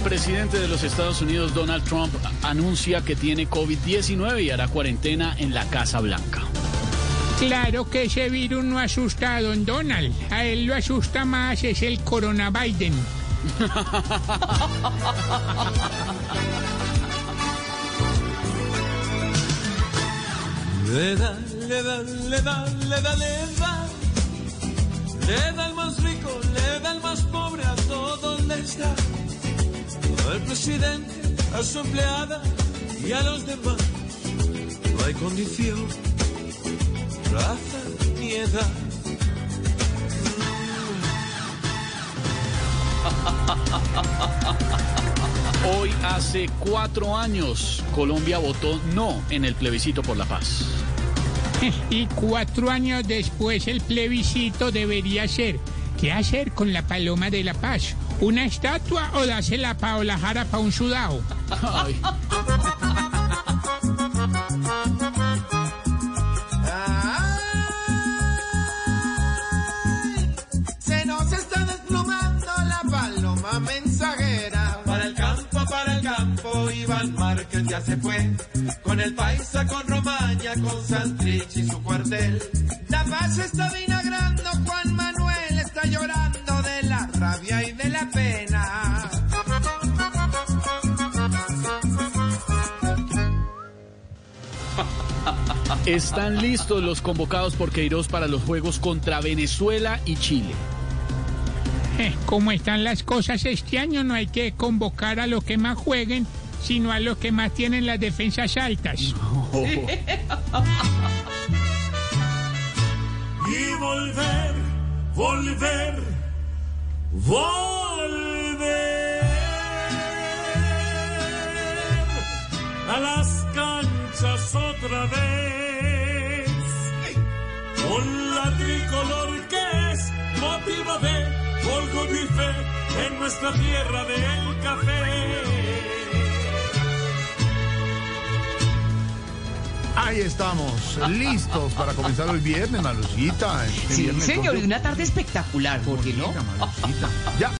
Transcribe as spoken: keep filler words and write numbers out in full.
presidente de los Estados Unidos, Donald Trump, anuncia que tiene COVID diecinueve y hará cuarentena en la Casa Blanca. Claro que ese virus no asusta a don Donald. A él lo asusta más es el Corona Biden. Le da, le da, le da, le da, le da. Le da al más rico, le da al más pobre, a todos les da. Al presidente, a su empleada y a los demás. No hay condición, raza ni edad. Hoy hace cuatro años Colombia votó no en el plebiscito por la paz. Y cuatro años después el plebiscito debería ser: ¿qué hacer con la paloma de la paz? ¿Una estatua o dásela a Paola Jara para un sudao? Ay. Se nos está desplumando la paloma mensajera. Para el campo, para el campo, Iván Márquez ya se fue. Con el paisa, con Romaña, con Santrich y su cuartel. La paz está vinagrando, Juan Manuel está llorando de la rabia y de la pena. Están listos los convocados por Queiroz para los juegos contra Venezuela y Chile. Eh, como están las cosas este año, no hay que convocar a los que más jueguen, sino a los que más tienen las defensas altas. Oh. Y volver, volver, volver a las canchas otra vez, con la tricolor que es motivo de orgullo y fe en nuestra tierra del café. Ahí estamos, listos para comenzar el viernes, Malucita. Este Sí, viernes señor, con- y una tarde espectacular, ¿por qué no? Bonita, Malucita. Ya.